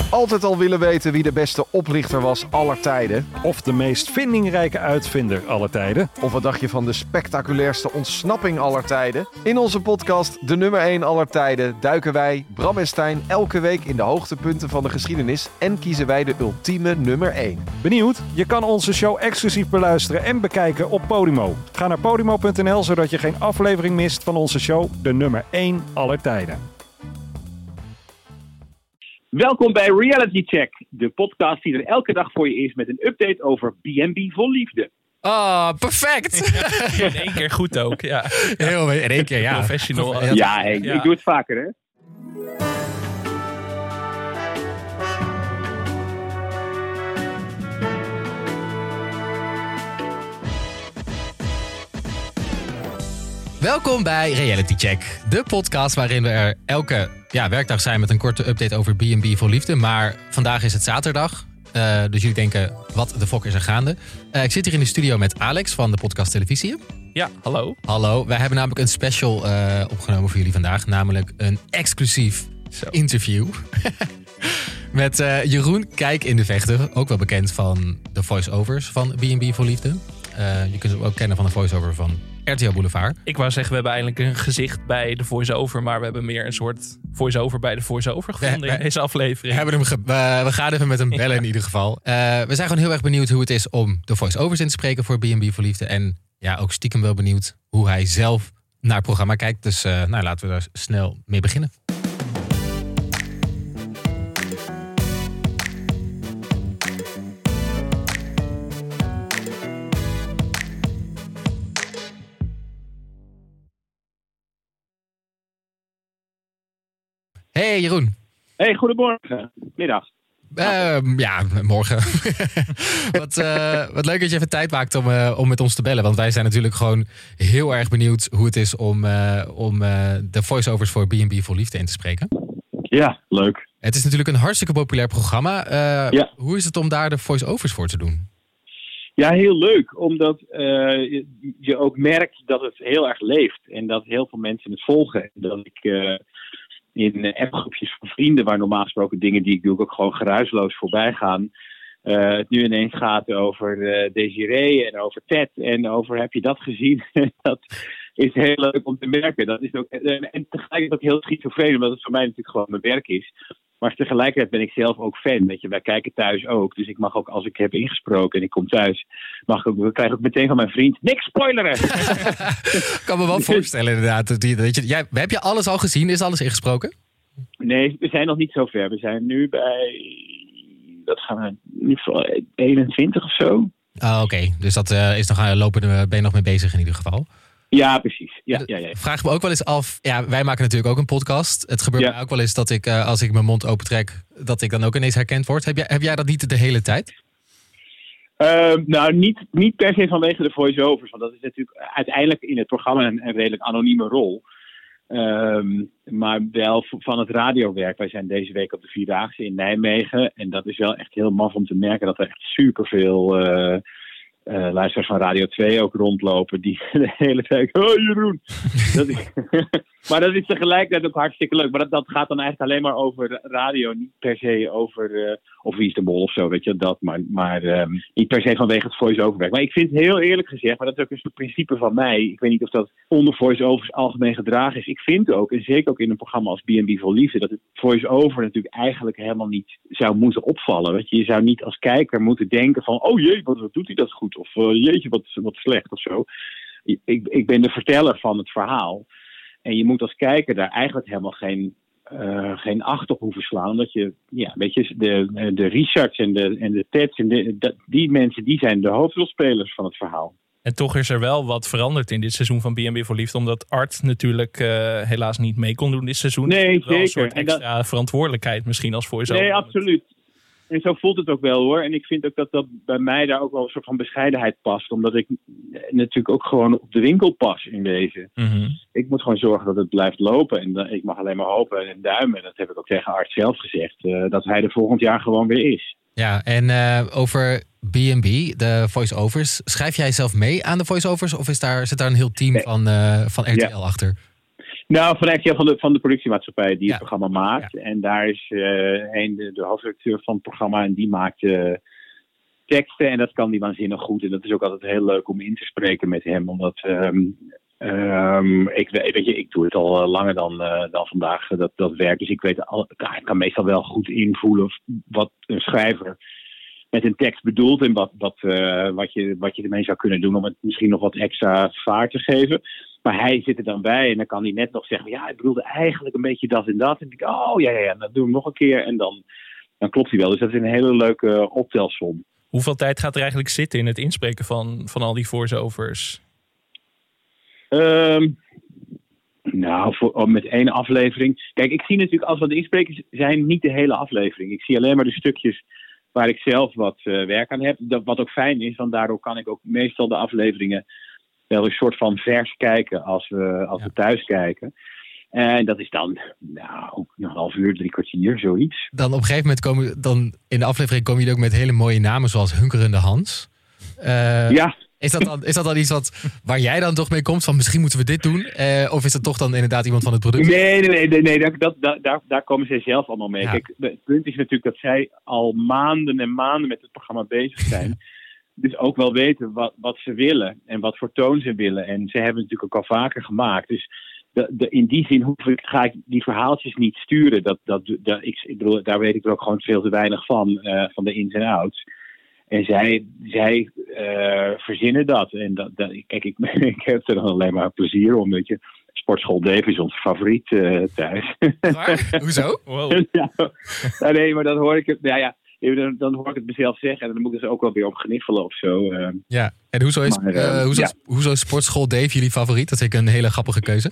Altijd al willen weten wie de beste oplichter was aller tijden? Of de meest vindingrijke uitvinder aller tijden? Of wat dacht je van de spectaculairste ontsnapping aller tijden? In onze podcast De Nummer 1 aller tijden duiken wij, Bram en Stijn, elke week in de hoogtepunten van de geschiedenis en kiezen wij de ultieme nummer 1. Benieuwd? Je kan onze show exclusief beluisteren en bekijken op Podimo. Ga naar podimo.nl zodat je geen aflevering mist van onze show De Nummer 1 aller tijden. Welkom bij Reality Check, de podcast die er elke dag voor je is met een update over B&B vol liefde. Oh, perfect! In één keer goed ook, ja. Heel in één keer, ja. Professional. Ja, ik doe het vaker, hè. Welkom bij Reality Check, de podcast waarin we er elke werkdag zijn met een korte update over B&B vol liefde. Maar vandaag is het zaterdag, dus jullie denken, wat de fok is er gaande? Ik zit hier in de studio met Alex van de podcast Televisie. Ja, hallo. Hallo, wij hebben namelijk een special opgenomen voor jullie vandaag. Namelijk een exclusief interview met Jeroen Kijk in de Vechter. Ook wel bekend van de voice-overs van B&B vol liefde. Je kunt hem ook kennen van de voice-over van RTL Boulevard. Ik wou zeggen, we hebben eigenlijk een gezicht bij de voice-over, maar we hebben meer een soort voice-over bij de voice-over gevonden in deze aflevering. We gaan even met hem bellen in ieder geval. We zijn gewoon heel erg benieuwd hoe het is om de voice-overs in te spreken voor B&B voor Liefde. En ja, ook stiekem wel benieuwd hoe hij zelf naar het programma kijkt. Dus laten we daar snel mee beginnen. Hey Jeroen. Hey, goedemorgen. Middag. Morgen. Wat leuk dat je even tijd maakt om met ons te bellen. Want wij zijn natuurlijk gewoon heel erg benieuwd hoe het is om de voice-overs voor B&B vol liefde in te spreken. Ja, leuk. Het is natuurlijk een hartstikke populair programma. Hoe is het om daar de voice-overs voor te doen? Ja, heel leuk. Omdat je ook merkt dat het heel erg leeft. En dat heel veel mensen het volgen. En dat ik in appgroepjes van vrienden, waar normaal gesproken dingen die ik doe ook gewoon geruisloos voorbij gaan. Het nu ineens gaat over Desiree en over Ted en over heb je dat gezien? Dat is heel leuk om te merken. Dat is ook, en tegelijkertijd ook heel schizofreen, omdat het voor mij natuurlijk gewoon mijn werk is. Maar tegelijkertijd ben ik zelf ook fan. Weet je, wij kijken thuis ook. Dus ik mag ook, als ik heb ingesproken en ik kom thuis, krijg ik ook meteen van mijn vriend, niks spoileren! Ik kan me wel voorstellen inderdaad. Heb je alles al gezien? Is alles ingesproken? Nee, we zijn nog niet zo ver. We zijn nu bij, dat gaan we nu voor 21 of zo. Oké. Dus dat is nog ben je nog mee bezig in ieder geval? Ja, precies. Ja. Vraag me ook wel eens af. Ja, wij maken natuurlijk ook een podcast. Het gebeurt mij ook wel eens dat ik, als ik mijn mond opentrek, dat ik dan ook ineens herkend word. Heb jij dat niet de hele tijd? Niet per se vanwege de voice-overs. Want dat is natuurlijk uiteindelijk in het programma een redelijk anonieme rol. Maar wel van het radiowerk. Wij zijn deze week op de Vierdaagse in Nijmegen. En dat is wel echt heel maf om te merken dat er echt superveel luisteraars van Radio 2 ook rondlopen die de hele tijd, oh Jeroen! Maar dat is tegelijkertijd ook hartstikke leuk. Maar dat gaat dan eigenlijk alleen maar over radio, niet per se over of Wie is de Mol of zo, weet je dat. Maar niet per se vanwege het voice-over werk. Maar ik vind heel eerlijk gezegd, maar dat is ook een soort principe van mij. Ik weet niet of dat onder voice-overs algemeen gedragen is. Ik vind ook, en zeker ook in een programma als B&B vol liefde, dat het voice-over natuurlijk eigenlijk helemaal niet zou moeten opvallen. Weet je zou niet als kijker moeten denken van, oh jee, wat doet hij dat goed? Of jeetje, wat slecht of zo. Ik ben de verteller van het verhaal. En je moet als kijker daar eigenlijk helemaal geen acht op hoeven slaan. Omdat je, weet je, de Richards en de Teds, die mensen, die zijn de hoofdrolspelers van het verhaal. En toch is er wel wat veranderd in dit seizoen van B&B voor Liefde. Omdat Art natuurlijk helaas niet mee kon doen dit seizoen. Nee, wel zeker. Een soort extra verantwoordelijkheid misschien als voice-over. Nee, absoluut. En zo voelt het ook wel hoor. En ik vind ook dat bij mij daar ook wel een soort van bescheidenheid past. Omdat ik natuurlijk ook gewoon op de winkel pas in deze. Mm-hmm. Ik moet gewoon zorgen dat het blijft lopen. En ik mag alleen maar hopen en duimen. Dat heb ik ook tegen Art zelf gezegd. Dat hij er volgend jaar gewoon weer is. Ja, en over B&B, de voice-overs. Schrijf jij zelf mee aan de voice-overs? Of zit daar een heel team van RTL achter? Nou, van de productiemaatschappij die het programma maakt. Ja. En daar is de hoofdredacteur van het programma en die maakt teksten. En dat kan die waanzinnig goed. En dat is ook altijd heel leuk om in te spreken met hem. Omdat ik doe het al langer dan vandaag dat werk. Dus ik kan meestal wel goed invoelen wat een schrijver met een tekst bedoelt. En wat je ermee zou kunnen doen om het misschien nog wat extra vaart te geven. Maar hij zit er dan bij en dan kan hij net nog zeggen... ja, ik bedoelde eigenlijk een beetje dat en dat. En dan denk ik, oh ja, dat doen we nog een keer. En dan klopt hij wel. Dus dat is een hele leuke optelsom. Hoeveel tijd gaat er eigenlijk zitten in het inspreken van al die voice-overs? Met 1 aflevering. Kijk, ik zie natuurlijk als we aan het inspreken zijn niet de hele aflevering. Ik zie alleen maar de stukjes waar ik zelf wat werk aan heb. Wat ook fijn is, want daardoor kan ik ook meestal de afleveringen wel een soort van vers kijken als we thuis kijken. En dat is dan een half uur, 3 kwartier, zoiets. Dan op een gegeven moment in de aflevering komen jullie ook met hele mooie namen zoals Hunkerende Hans. Ja. Is dat dan iets waar jij dan toch mee komt van misschien moeten we dit doen? Of is dat toch dan inderdaad iemand van het product? Nee, daar komen zij zelf allemaal mee. Ja. Kijk, het punt is natuurlijk dat zij al maanden en maanden met het programma bezig zijn. Dus ook wel weten wat ze willen en wat voor toon ze willen. En ze hebben het natuurlijk ook al vaker gemaakt. Dus in die zin ga ik die verhaaltjes niet sturen. Ik bedoel, daar weet ik er ook gewoon veel te weinig van de ins en outs. En zij verzinnen dat. En kijk, ik heb er dan alleen maar plezier om. Weet je. Sportschool Dave is ons favoriet thuis. Waar? Hoezo? Wow. Nee, maar dan hoor ik het. Dan hoor ik het mezelf zeggen. En dan moet ik dus ook wel weer op gniffelen of zo. Ja, en hoezo is Sportschool Dave jullie favoriet? Dat vind ik een hele grappige keuze.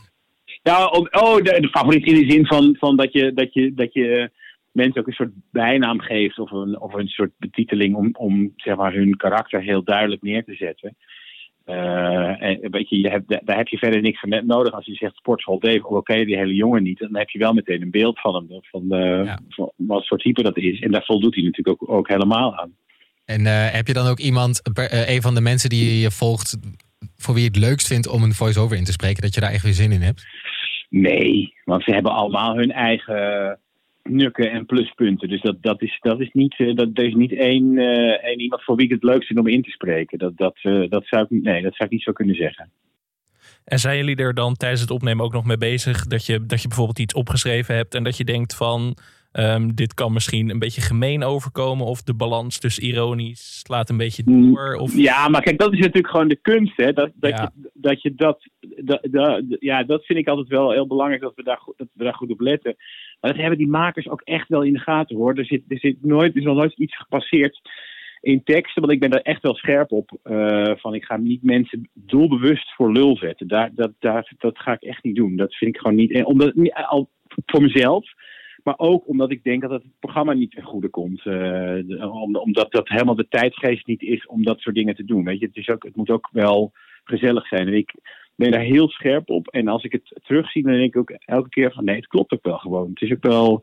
De favoriet in de zin van dat je mensen ook een soort bijnaam geeft of een soort betiteling om zeg maar hun karakter heel duidelijk neer te zetten. En weet je, daar heb je verder niks van net nodig. Als je zegt Sportschool Dave, oké, die hele jongen niet, dan heb je wel meteen een beeld van hem, van wat soort type dat is. En daar voldoet hij natuurlijk ook helemaal aan. En heb je dan ook iemand, een van de mensen die je volgt, voor wie je het leukst vindt om een voice-over in te spreken, dat je daar echt weer zin in hebt? Nee, want ze hebben allemaal hun eigen nukken en pluspunten. Dus dat is niet, er is niet één iemand voor wie ik het leukst vind om in te spreken. Dat zou ik niet zo kunnen zeggen. En zijn jullie er dan tijdens het opnemen ook nog mee bezig dat je bijvoorbeeld iets opgeschreven hebt en dat je denkt van dit kan misschien een beetje gemeen overkomen of de balans tussen ironisch slaat een beetje door? Of... Ja, maar kijk, dat is natuurlijk gewoon de kunst, hè? Dat vind ik altijd wel heel belangrijk dat we daar goed op letten. Maar dat hebben die makers ook echt wel in de gaten, hoor. Er is nog nooit iets gepasseerd in teksten, want ik ben daar echt wel scherp op. Ik ga niet mensen doelbewust voor lul zetten. Dat ga ik echt niet doen. Dat vind ik gewoon niet. Al voor mezelf, maar ook omdat ik denk dat het programma niet ten goede komt. Omdat dat helemaal de tijdsgeest niet is om dat soort dingen te doen. Weet je, het moet ook wel gezellig zijn. En ik ben daar heel scherp op. En als ik het terugzie, dan denk ik ook elke keer van nee, het klopt ook wel gewoon. Het is ook wel...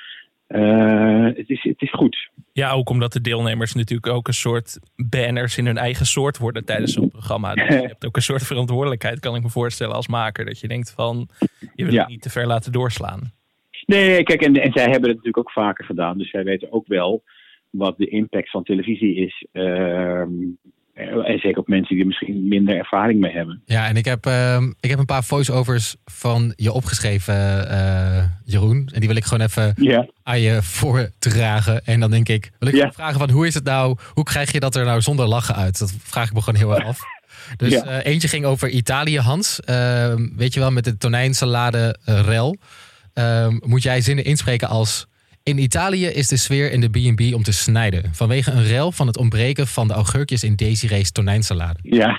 het is goed. Ja, ook omdat de deelnemers natuurlijk ook een soort banners in hun eigen soort worden tijdens zo'n programma. Dus je hebt ook een soort verantwoordelijkheid, kan ik me voorstellen als maker. Dat je denkt van, je wil het niet te ver laten doorslaan. Nee, kijk, en zij hebben het natuurlijk ook vaker gedaan. Dus zij weten ook wel wat de impact van televisie is. En zeker op mensen die er misschien minder ervaring mee hebben. Ja, en ik heb een paar voice-overs van je opgeschreven, Jeroen. En die wil ik gewoon even aan je voordragen. En dan denk ik, wil ik vragen van hoe is het nou? Hoe krijg je dat er nou zonder lachen uit? Dat vraag ik me gewoon heel erg af. Dus eentje ging over Italië, Hans. Weet je wel, met de tonijnsalade rel. Moet jij zinnen inspreken als... In Italië is de sfeer in de B&B om te snijden. Vanwege een rel van het ontbreken van de augurkjes in Desiree's tonijnsalade. Ja.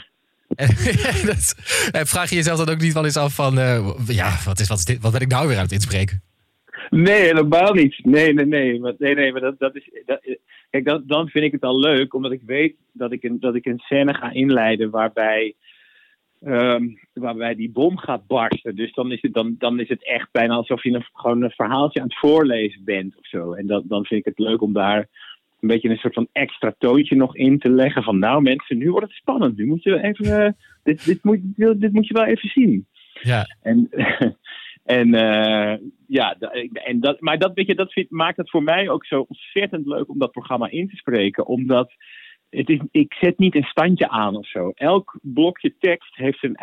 En vraag je jezelf dan ook niet wel eens af van... wat is dit? Wat ben ik nou weer aan het inspreken? Nee, helemaal niet. Nee. Maar kijk, dan vind ik het al leuk. Omdat ik weet dat ik een scène ga inleiden waarbij die bom gaat barsten. Dus dan is het echt bijna alsof je gewoon een verhaaltje aan het voorlezen bent of zo. En dan vind ik het leuk om daar een beetje een soort van extra toontje nog in te leggen. Van nou mensen, nu wordt het spannend. Nu moet je even, dit moet je wel even zien. Ja. En maar dat, weet je, maakt het voor mij ook zo ontzettend leuk om dat programma in te spreken. Omdat ik zet niet een standje aan of zo. Elk blokje tekst heeft zijn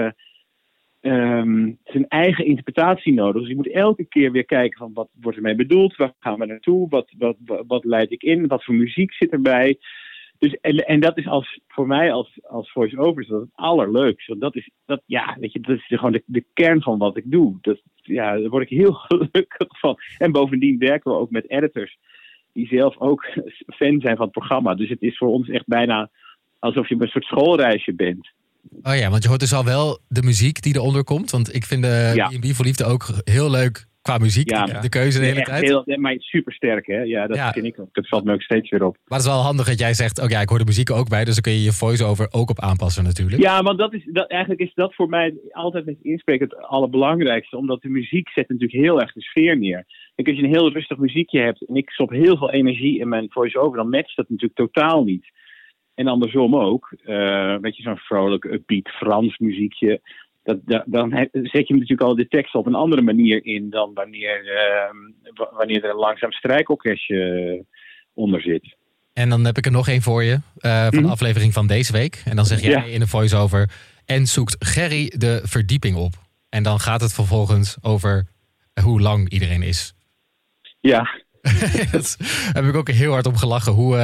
eigen interpretatie nodig. Dus je moet elke keer weer kijken van wat wordt ermee bedoeld, waar gaan we naartoe, wat leid ik in, wat voor muziek zit erbij. Dus, en dat is voor mij als voice-over het allerleukste. Want dat is gewoon de kern van wat ik doe. Daar word ik heel gelukkig van. En bovendien werken we ook met editors die zelf ook fan zijn van het programma. Dus het is voor ons echt bijna alsof je op een soort schoolreisje bent. Oh ja, want je hoort dus al wel de muziek die eronder komt. Want ik vind de B&B voor Liefde ook heel leuk qua muziek. Ja, de keuze de hele tijd. Maar super sterk, hè? Ja, dat ken ik ook. Dat valt me ook steeds weer op. Maar het is wel handig dat jij zegt, ik hoor de muziek ook bij. Dus dan kun je je voice-over ook op aanpassen natuurlijk. Ja, want eigenlijk is dat voor mij altijd met inspreken het allerbelangrijkste. Omdat de muziek zet natuurlijk heel erg de sfeer neer. En als je een heel rustig muziekje hebt en ik stop heel veel energie in mijn voice-over, dan matcht dat natuurlijk totaal niet. En andersom ook. Weet je, zo'n vrolijk, upbeat Frans muziekje. Dan zet je natuurlijk al de tekst op een andere manier in dan wanneer er een langzaam strijkorkestje onder zit. En dan heb ik er nog één voor je van de aflevering van deze week. En dan zeg jij in de voice-over en zoekt Gerry de verdieping op. En dan gaat het vervolgens over hoe lang iedereen is. Ja. Daar heb ik ook heel hard om gelachen.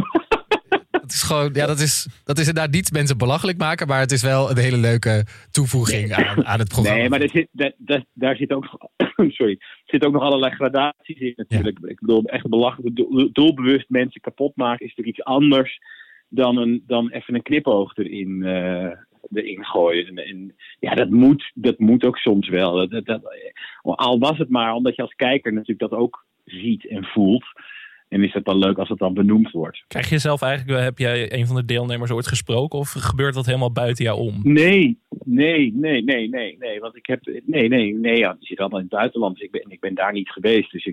Het is gewoon, dat is inderdaad niet mensen belachelijk maken, maar het is wel een hele leuke toevoeging aan het programma. Nee, maar daar zit ook nog allerlei gradaties in natuurlijk. Ja. Ik bedoel, echt belachelijk, doelbewust mensen kapot maken is natuurlijk iets anders dan even een knipoog erin gooien. En ja, dat moet ook soms wel. Al was het maar omdat je als kijker natuurlijk dat ook ziet en voelt. En is het dan leuk als het dan benoemd wordt. Krijg je zelf eigenlijk, heb jij een van de deelnemers ooit gesproken? Of gebeurt dat helemaal buiten jou om? Nee. Want ik heb, die zit allemaal in het buitenland. Dus ik ben daar niet geweest. Dus ik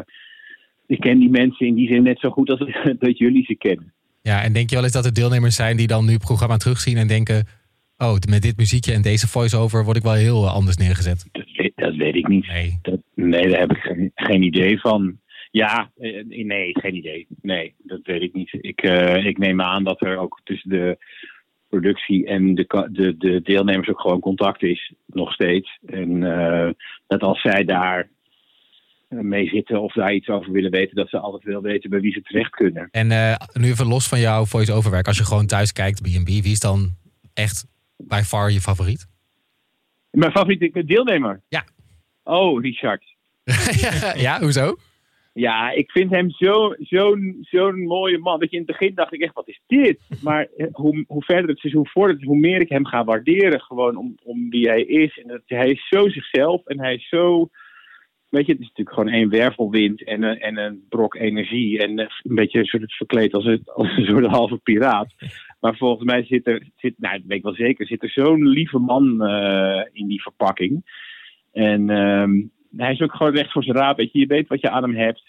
ken die mensen in die zin net zo goed als dat jullie ze kennen. Ja, en denk je wel eens dat er deelnemers zijn die dan nu het programma terugzien en denken, met dit muziekje en deze voice-over word ik wel heel anders neergezet? Dat weet ik niet. Nee, daar heb ik geen idee van. Ja, nee, geen idee. Nee, dat weet ik niet. Ik neem aan dat er ook tussen de productie en de deelnemers ook gewoon contact is, nog steeds. En dat als zij daar mee zitten of daar iets over willen weten, dat ze altijd wel weten bij wie ze terecht kunnen. En nu even los van jouw voice-over werk, als je gewoon thuis kijkt, B&B, wie is dan echt by far je favoriet? Mijn favoriete deelnemer? Ja. Oh, Richard. Ja, hoezo? Ja, ik vind hem zo'n mooie man. Dat je in het begin dacht ik echt, wat is dit? Maar hoe verder het seizoen vordert, hoe meer ik hem ga waarderen. Gewoon om wie hij is. En hij is zo zichzelf. En hij is zo... Weet je, het is natuurlijk gewoon één wervelwind en een brok energie. En een beetje een soort verkleed als een soort halve piraat. Maar volgens mij dat weet ik wel zeker, zit er zo'n lieve man in die verpakking. En... hij is ook gewoon recht voor zijn raap. Je weet wat je aan hem hebt.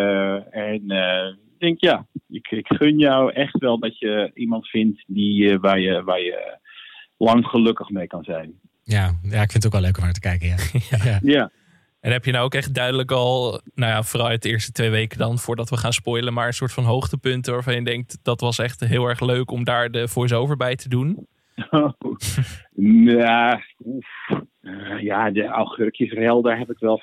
Ik denk, ik gun jou echt wel dat je iemand vindt waar je lang gelukkig mee kan zijn. Ja, ik vind het ook wel leuk om naar te kijken. Ja. En heb je nou ook echt duidelijk al, vooral uit de eerste 2 weken dan, voordat we gaan spoilen, maar een soort van hoogtepunten waarvan je denkt, dat was echt heel erg leuk om daar de voice-over bij te doen? Ja, de augurkjesrel, daar heb ik wel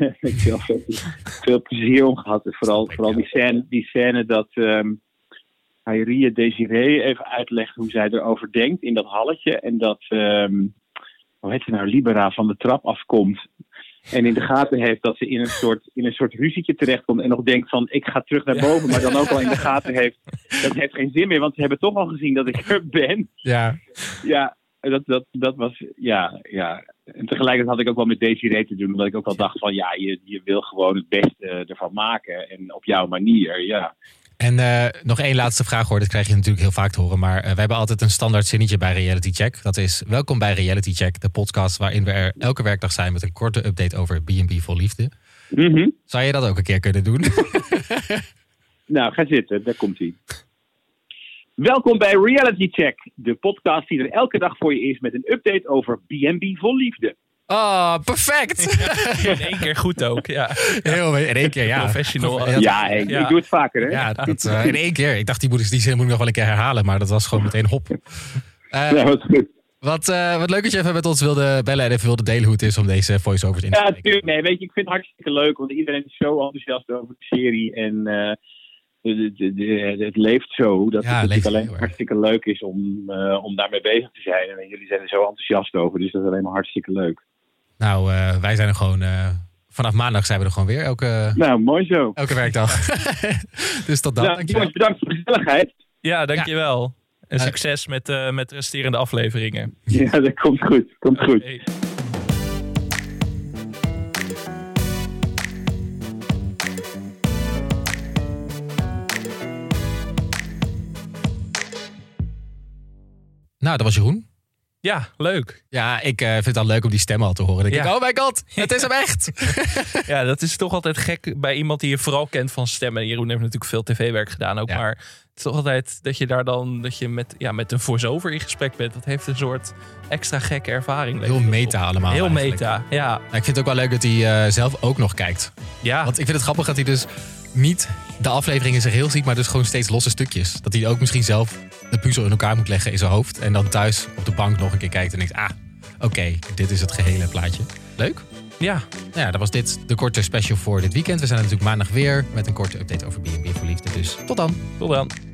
veel plezier om gehad. Vooral die scène dat Ria Desiree even uitlegt hoe zij erover denkt in dat halletje. En dat, hoe heet ze nou, Libera van de trap afkomt. En in de gaten heeft dat ze in een soort ruzietje terechtkomt. En nog denkt van, ik ga terug naar boven. Maar dan ook al in de gaten heeft, dat heeft geen zin meer. Want ze hebben toch al gezien dat ik er ben. Ja. Ja, dat was, ja. En tegelijkertijd had ik ook wel met Desiree te doen. Omdat ik ook wel dacht van, je wil gewoon het beste ervan maken. En op jouw manier, ja. En nog 1 laatste vraag hoor, dat krijg je natuurlijk heel vaak te horen. Maar we hebben altijd een standaard zinnetje bij Reality Check. Dat is, welkom bij Reality Check, de podcast waarin we er elke werkdag zijn met een korte update over B&B vol liefde. Mm-hmm. Zou je dat ook een keer kunnen doen? Nou, ga zitten, daar komt ie. Welkom bij Reality Check, de podcast die er elke dag voor je is met een update over B&B vol liefde. Oh, perfect. In 1 keer goed ook, ja. Heel in 1 keer, ja. Professional. Ik doe het vaker, hè? Ja, in 1 keer. Ik dacht, die zin moet ik nog wel een keer herhalen, maar dat was gewoon meteen hop. Ja, wat goed. Wat leuk dat je even met ons wilde bellen en even wilde delen hoe het is om deze voice-overs in te spreken. Ja, natuurlijk. Nee, weet je, ik vind het hartstikke leuk, want iedereen is zo enthousiast over de serie. En het leeft zo. Dat het natuurlijk alleen hartstikke leuk is om daarmee bezig te zijn. En jullie zijn er zo enthousiast over, dus dat is alleen maar hartstikke leuk. Nou, wij zijn er gewoon... vanaf maandag zijn we er gewoon weer. Nou, mooi zo. Elke werkdag. Dus tot dan. Nou, jongens, bedankt voor de gezelligheid. Ja, dankjewel. En succes met de resterende afleveringen. Ja, dat komt goed. Komt goed. Hey. Nou, dat was Jeroen. Ja, leuk. Ja, ik vind het al leuk om die stem al te horen. Dan denk ik, oh my god, het is hem echt. Ja, dat is toch altijd gek bij iemand die je vooral kent van stemmen. Jeroen heeft natuurlijk veel tv-werk gedaan ook. Ja. Maar het is toch altijd dat je daar dan met een voice-over in gesprek bent. Dat heeft een soort extra gekke ervaring. Heel meta allemaal. Heel eigenlijk. Meta, ja. Nou, ik vind het ook wel leuk dat hij zelf ook nog kijkt. Ja. Want ik vind het grappig dat hij dus niet de afleveringen zich heel ziet, maar dus gewoon steeds losse stukjes. Dat hij ook misschien zelf de puzzel in elkaar moet leggen in zijn hoofd. En dan thuis op de bank nog een keer kijkt en denkt, oké, dit is het gehele plaatje. Leuk. Ja. Nou ja, dat was dit de korte special voor dit weekend. We zijn natuurlijk maandag weer met een korte update over B&B voor Liefde. Dus tot dan. Tot dan.